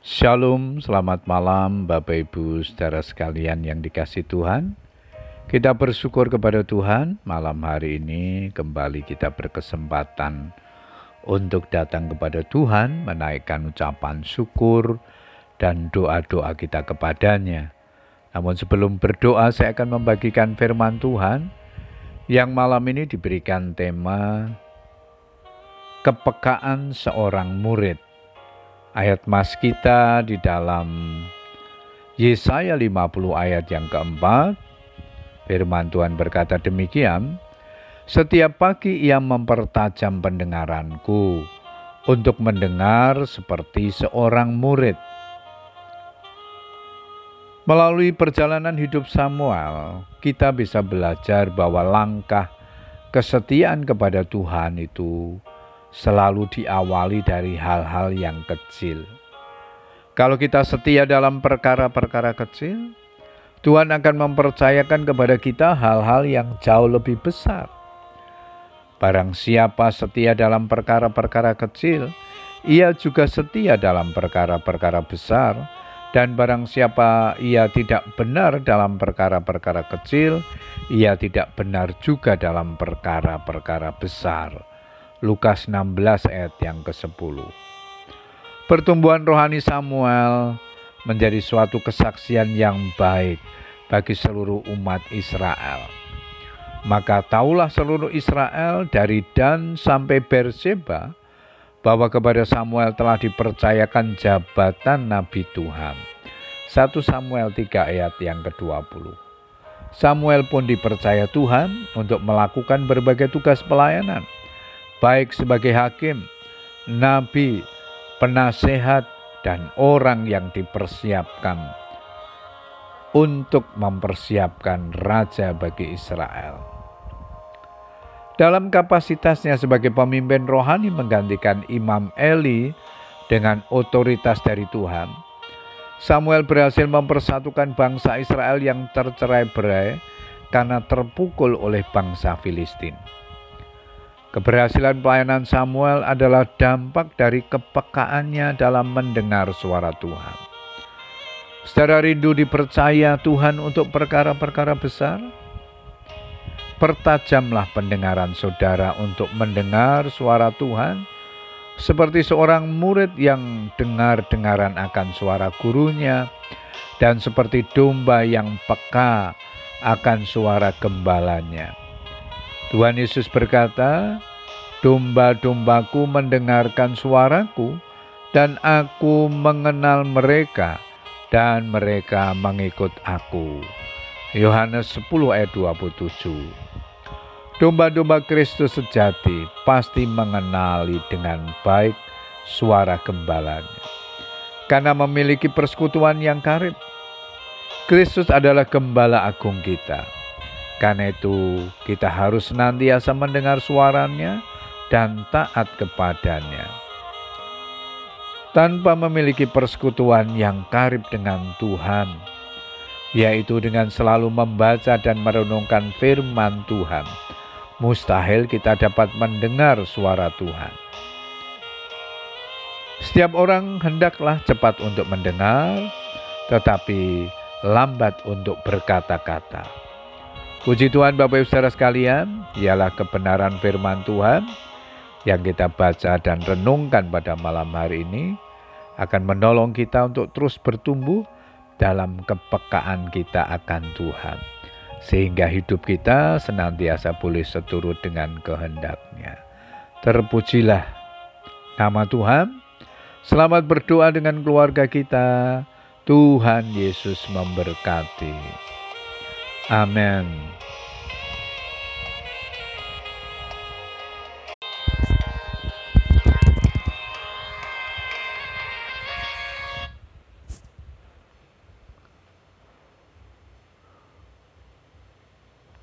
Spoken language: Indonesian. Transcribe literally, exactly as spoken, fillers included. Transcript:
Shalom, selamat malam Bapak Ibu saudara sekalian yang dikasihi Tuhan. Kita bersyukur kepada Tuhan, malam hari ini kembali kita berkesempatan untuk datang kepada Tuhan, menaikkan ucapan syukur dan doa-doa kita kepadanya. Namun sebelum berdoa, saya akan membagikan firman Tuhan yang malam ini diberikan tema kepekaan seorang murid. Ayat mas kita di dalam Yesaya lima puluh ayat yang keempat, firman Tuhan berkata demikian, "Setiap pagi ia mempertajam pendengaranku untuk mendengar seperti seorang murid." Melalui perjalanan hidup Samuel, kita bisa belajar bahwa langkah kesetiaan kepada Tuhan itu selalu diawali dari hal-hal yang kecil. Kalau kita setia dalam perkara-perkara kecil, Tuhan akan mempercayakan kepada kita hal-hal yang jauh lebih besar. Barang siapa setia dalam perkara-perkara kecil, ia juga setia dalam perkara-perkara besar. Dan barang siapa ia tidak benar dalam perkara-perkara kecil, ia tidak benar juga dalam perkara-perkara besar. Lukas enam belas ayat yang kesepuluh. Pertumbuhan rohani Samuel menjadi suatu kesaksian yang baik bagi seluruh umat Israel. Maka taulah seluruh Israel dari Dan sampai Berseba bahwa kepada Samuel telah dipercayakan jabatan Nabi Tuhan. satu Samuel tiga ayat yang kedua puluh. Samuel pun dipercaya Tuhan untuk melakukan berbagai tugas pelayanan, baik sebagai hakim, nabi, penasehat, dan orang yang dipersiapkan untuk mempersiapkan raja bagi Israel. Dalam kapasitasnya sebagai pemimpin rohani menggantikan Imam Eli dengan otoritas dari Tuhan, Samuel berhasil mempersatukan bangsa Israel yang tercerai-berai karena terpukul oleh bangsa Filistin. Keberhasilan pelayanan Samuel adalah dampak dari kepekaannya dalam mendengar suara Tuhan. Saudara rindu dipercaya Tuhan untuk perkara-perkara besar? Pertajamlah pendengaran saudara untuk mendengar suara Tuhan, seperti seorang murid yang dengar-dengaran akan suara gurunya, dan seperti domba yang peka akan suara gembalanya. Tuhan Yesus berkata, "Domba-dombaku mendengarkan suaraku, dan aku mengenal mereka, dan mereka mengikut aku." Yohanes sepuluh ayat dua puluh tujuh. Domba-domba Kristus sejati pasti mengenali dengan baik suara gembalanya, karena memiliki persekutuan yang karib. Kristus adalah gembala agung kita. Karena itu kita harus senantiasa mendengar suaranya dan taat kepadanya. Tanpa memiliki persekutuan yang karib dengan Tuhan, yaitu dengan selalu membaca dan merenungkan firman Tuhan, mustahil kita dapat mendengar suara Tuhan. Setiap orang hendaklah cepat untuk mendengar, tetapi lambat untuk berkata-kata. Puji Tuhan Bapak Ibu saudara sekalian, ialah kebenaran firman Tuhan yang kita baca dan renungkan pada malam hari ini akan menolong kita untuk terus bertumbuh dalam kepekaan kita akan Tuhan, sehingga hidup kita senantiasa boleh seturut dengan kehendak-Nya. Terpujilah nama Tuhan. Selamat berdoa dengan keluarga kita. Tuhan Yesus memberkati. Amin.